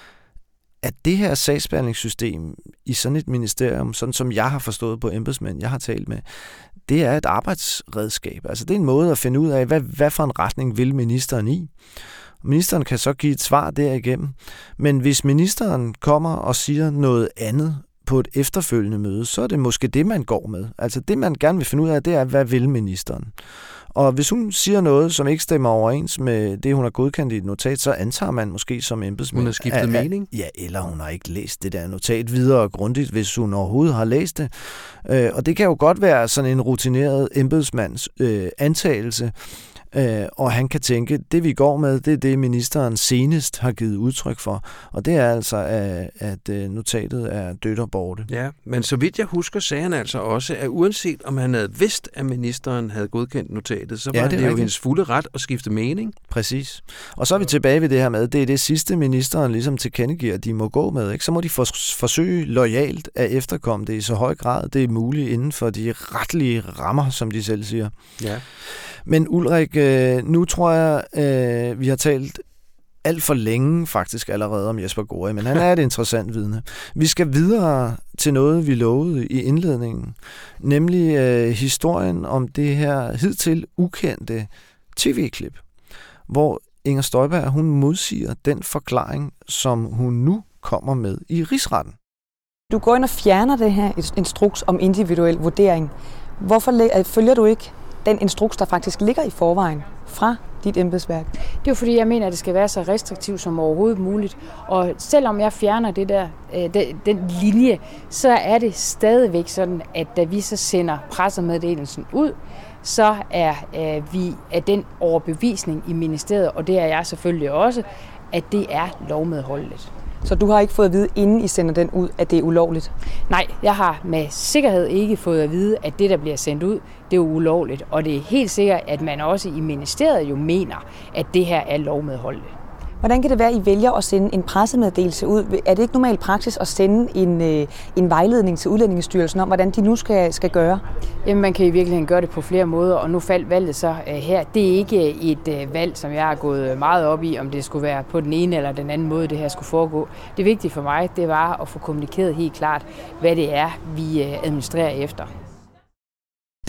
at det her sagsbehandlingssystem i sådan et ministerium, sådan som jeg har forstået på embedsmænd, jeg har talt med, det er et arbejdsredskab. Altså det er en måde at finde ud af, hvad for en retning vil ministeren i. Ministeren kan så give et svar derigennem. Men hvis ministeren kommer og siger noget andet på et efterfølgende møde, så er det måske det, man går med. Altså det, man gerne vil finde ud af, det er, hvad vil ministeren? Og hvis hun siger noget, som ikke stemmer overens med det, hun har godkendt i et notat, så antager man måske som embedsmand. Hun har skiftet mening? Ja, eller hun har ikke læst det der notat videre og grundigt, hvis hun overhovedet har læst det. Og det kan jo godt være sådan en rutineret embedsmands antagelse, og han kan tænke, det vi går med, det er det, ministeren senest har givet udtryk for. Og det er altså, at notatet er dødt og borte. Ja, men så vidt jeg husker, sagde han altså også, at uanset om han havde vidst, at ministeren havde godkendt notatet, så var det jo hendes fulde ret at skifte mening. Præcis. Og så er vi tilbage ved det her med, det er det sidste, ministeren ligesom tilkendegiver, at de må gå med. Ikke? Så må de forsøge loyalt at efterkomme det i så høj grad, det er muligt inden for de retlige rammer, som de selv siger. Ja. Men Ulrik, nu tror jeg, vi har talt alt for længe faktisk allerede om Jesper Gori, men han er et interessant vidne. Vi skal videre til noget, vi lovede i indledningen, nemlig historien om det her hidtil ukendte tv-klip, hvor Inger Støjberg, hun modsiger den forklaring, som hun nu kommer med i rigsretten. Du går ind og fjerner det her instruks om individuel vurdering. Hvorfor følger du ikke den instruks, der faktisk ligger i forvejen fra dit embedsværk? Det er jo fordi, jeg mener, at det skal være så restriktivt som overhovedet muligt. Og selvom jeg fjerner det der, den linje, så er det stadigvæk sådan, at da vi så sender pressemeddelelsen ud, så er vi af den overbevisning i ministeriet, og det er jeg selvfølgelig også, at det er lovmedholdeligt. Så du har ikke fået at vide, inden I sender den ud, at det er ulovligt? Nej, jeg har med sikkerhed ikke fået at vide, at det, der bliver sendt ud, det er ulovligt. Og det er helt sikkert, at man også i ministeriet jo mener, at det her er lovmedholdeligt. Hvordan kan det være, at I vælger at sende en pressemeddelelse ud? Er det ikke normal praksis at sende en vejledning til Udlændingestyrelsen om, hvordan de nu skal gøre? Jamen, man kan i virkeligheden gøre det på flere måder, og nu faldt valget så her. Det er ikke et valg, som jeg har gået meget op i, om det skulle være på den ene eller den anden måde, det her skulle foregå. Det vigtige for mig, det var at få kommunikeret helt klart, hvad det er, vi administrerer efter.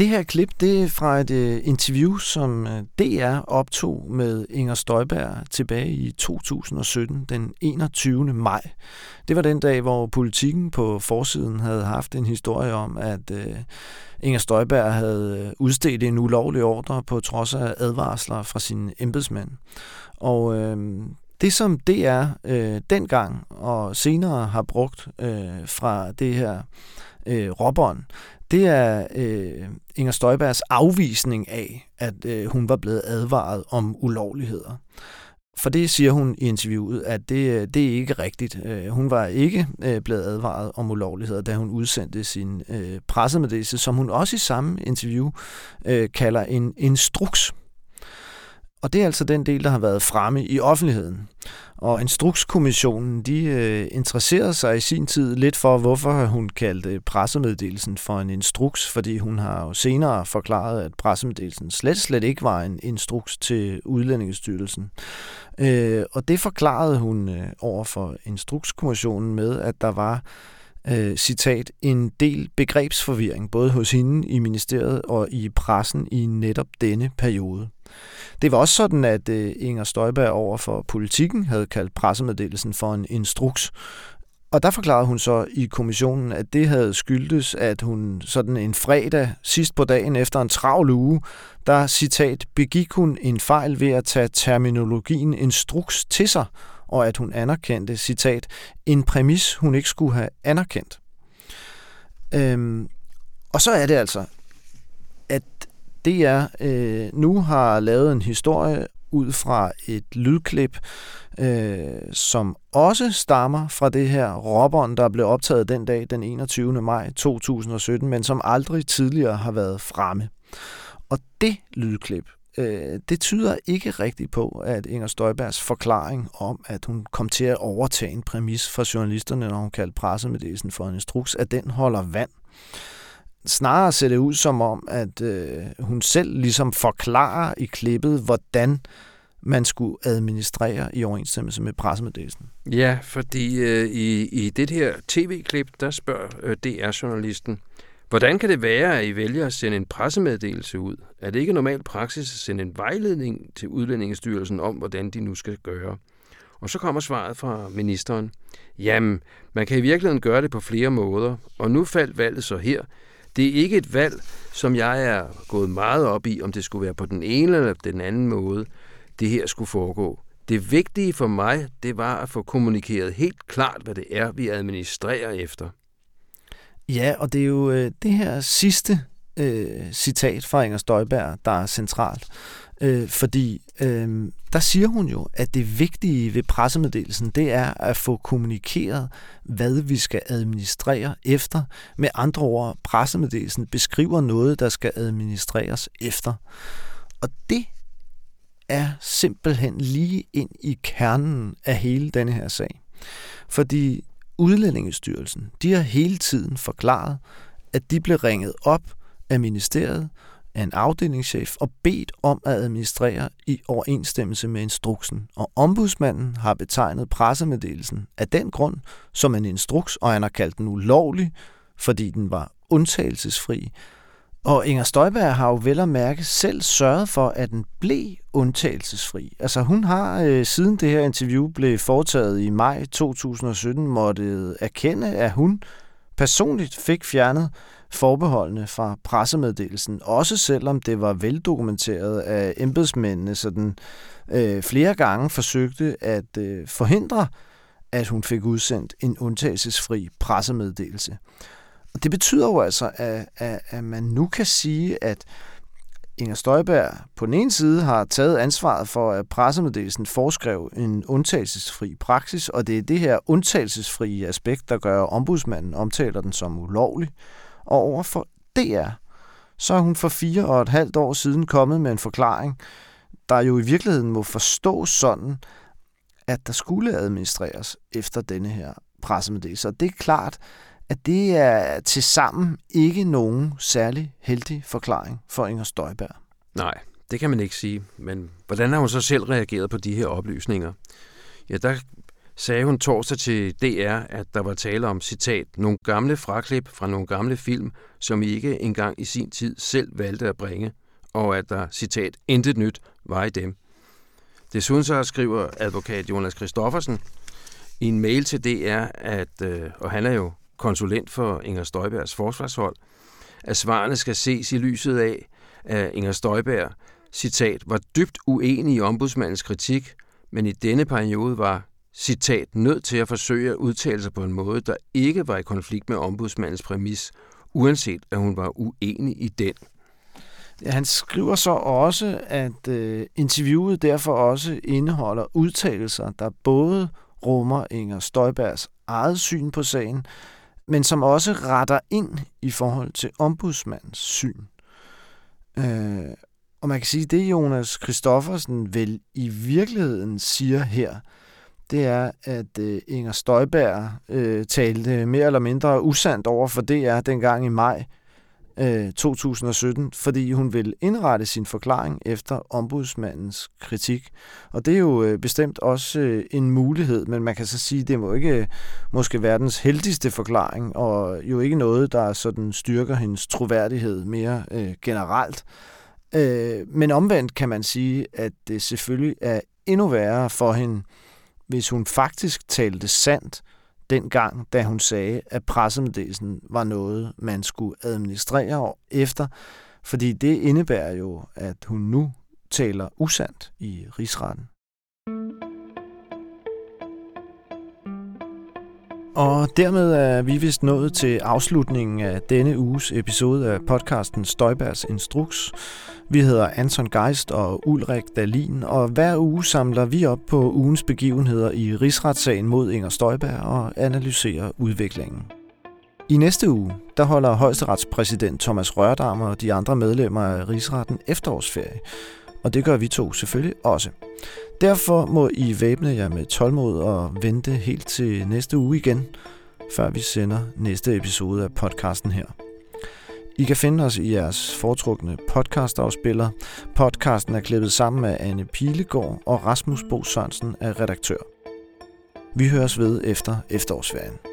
Det her klip, det er fra et interview, som DR optog med Inger Støjberg tilbage i 2017, den 21. maj. Det var den dag, hvor Politiken på forsiden havde haft en historie om, at Inger Støjberg havde udstedt en ulovlig ordre på trods af advarsler fra sine embedsmænd. Og det, som DR dengang og senere har brugt fra det her råbånd, det er Inger Støjbergs afvisning af, at hun var blevet advaret om ulovligheder. For det siger hun i interviewet, at det er ikke rigtigt. Hun var ikke blevet advaret om ulovligheder, da hun udsendte sin pressemeddelelse, som hun også i samme interview kalder en instruks. Og det er altså den del, der har været fremme i offentligheden. Og Instrukskommissionen, de interesserede sig i sin tid lidt for, hvorfor hun kaldte pressemeddelelsen for en instruks, fordi hun har jo senere forklaret, at pressemeddelelsen slet ikke var en instruks til Udlændingestyrelsen. Og det forklarede hun over for Instrukskommissionen med, at der var citat, en del begrebsforvirring, både hos hende i ministeriet og i pressen i netop denne periode. Det var også sådan, at Inger Støjberg over for Politiken havde kaldt pressemeddelelsen for en instruks. Og der forklarede hun så i kommissionen, at det havde skyldtes, at hun sådan en fredag sidst på dagen efter en travl uge, der citat, begik hun en fejl ved at tage terminologien instruks til sig, og at hun anerkendte, citat, en præmis, hun ikke skulle have anerkendt. Og så er det altså, at DR nu har lavet en historie ud fra et lydklip, som også stammer fra det her råbånd, der blev optaget den dag, den 21. maj 2017, men som aldrig tidligere har været fremme. Og det lydklip, det tyder ikke rigtigt på, at Inger Støjbergs forklaring om, at hun kom til at overtage en præmis fra journalisterne, når hun kaldte pressemeddelelsen for en instruks, at den holder vand. Snarere ser det ud som om, at hun selv ligesom forklarer i klippet, hvordan man skulle administrere i overensstemmelse med pressemeddelelsen. Ja, fordi i det her tv-klip, der spørger DR-journalisten, hvordan kan det være, at I vælger at sende en pressemeddelelse ud? Er det ikke normal praksis at sende en vejledning til Udlændingestyrelsen om, hvordan de nu skal gøre? Og så kommer svaret fra ministeren. Jamen, man kan i virkeligheden gøre det på flere måder, og nu faldt valget så her. Det er ikke et valg, som jeg er gået meget op i, om det skulle være på den ene eller den anden måde, det her skulle foregå. Det vigtige for mig, det var at få kommunikeret helt klart, hvad det er, vi administrerer efter. Ja, og det er jo det her sidste citat fra Inger Støjberg, der er centralt. Fordi der siger hun jo, at det vigtige ved pressemeddelelsen, det er at få kommunikeret, hvad vi skal administrere efter. Med andre ord, pressemeddelelsen beskriver noget, der skal administreres efter. Og det er simpelthen lige ind i kernen af hele denne her sag. Fordi Udlændingestyrelsen, de har hele tiden forklaret, at de blev ringet op af ministeriet, af en afdelingschef og bedt om at administrere i overensstemmelse med instruksen. Og ombudsmanden har betegnet pressemeddelelsen af den grund som en instruks, og han har kaldt den ulovlig, fordi den var undtagelsesfri. Og Inger Støjberg har jo vel at mærke selv sørget for, at den blev undtagelsesfri. Altså hun har siden det her interview blev foretaget i maj 2017 måttet erkende, at hun personligt fik fjernet forbeholdene fra pressemeddelelsen, også selvom det var veldokumenteret, at embedsmændene sådan, flere gange forsøgte at forhindre, at hun fik udsendt en undtagelsesfri pressemeddelelse. Og det betyder jo altså, at man nu kan sige, at Inger Støjberg på den ene side har taget ansvaret for, at pressemeddelelsen foreskrev en undtagelsesfri praksis, og det er det her undtagelsesfrie aspekt, der gør, at ombudsmanden omtaler den som ulovlig. Og overfor DR, så er hun for 4,5 år siden kommet med en forklaring, der jo i virkeligheden må forstås sådan, at der skulle administreres efter denne her pressemeddelelse. Og det er klart, at det er tilsammen ikke nogen særlig heldig forklaring for Inger Støjberg. Nej, det kan man ikke sige. Men hvordan har hun så selv reageret på de her oplysninger? Ja, der sagde hun torsdag til DR, at der var tale om, citat, nogle gamle fraklip fra nogle gamle film, som I ikke engang i sin tid selv valgte at bringe, og at der, citat, intet nyt var i dem. Desuden så skriver advokat Jonas Christoffersen i en mail til DR, og han er jo konsulent for Inger Støjbergs forsvarshold, at svarene skal ses i lyset af, at Inger Støjberg, citat, var dybt uenig i ombudsmandens kritik, men i denne periode var, citat, nødt til at forsøge at udtale sig på en måde, der ikke var i konflikt med ombudsmandens præmis, uanset at hun var uenig i den. Ja, han skriver så også, at interviewet derfor også indeholder udtalelser, der både rummer Inger Støjbergs eget syn på sagen, men som også retter ind i forhold til ombudsmandens syn. Og man kan sige, at det Jonas Christoffersen vel i virkeligheden siger her, det er, at Inger Støjberg talte mere eller mindre usandt over for DR dengang i maj 2017, fordi hun vil indrette sin forklaring efter ombudsmandens kritik. Og det er jo bestemt også en mulighed, men man kan så sige, at det må ikke måske verdens heldigste forklaring, og jo ikke noget, der sådan styrker hendes troværdighed mere generelt. Men omvendt kan man sige, at det selvfølgelig er endnu værre for hende, hvis hun faktisk talte sandt dengang, da hun sagde, at pressemeddelelsen var noget, man skulle administrere efter, fordi det indebærer jo, at hun nu taler usandt i rigsretten. Og dermed er vi vist nået til afslutningen af denne uges episode af podcasten Støjbergs Instruks. Vi hedder Anton Geist og Ulrik Dahlin, og hver uge samler vi op på ugens begivenheder i rigsretssagen mod Inger Støjberg og analyserer udviklingen. I næste uge, der holder højesteretspræsident Thomas Rørdam og de andre medlemmer af rigsretten efterårsferie, og det gør vi to selvfølgelig også. Derfor må I væbne jer med tålmod og vente helt til næste uge igen, før vi sender næste episode af podcasten her. I kan finde os i jeres foretrukne podcastafspiller. Podcasten er klippet sammen af Anne Pilegaard, og Rasmus Bo Sørensen er redaktør. Vi høres ved efter efterårsferien.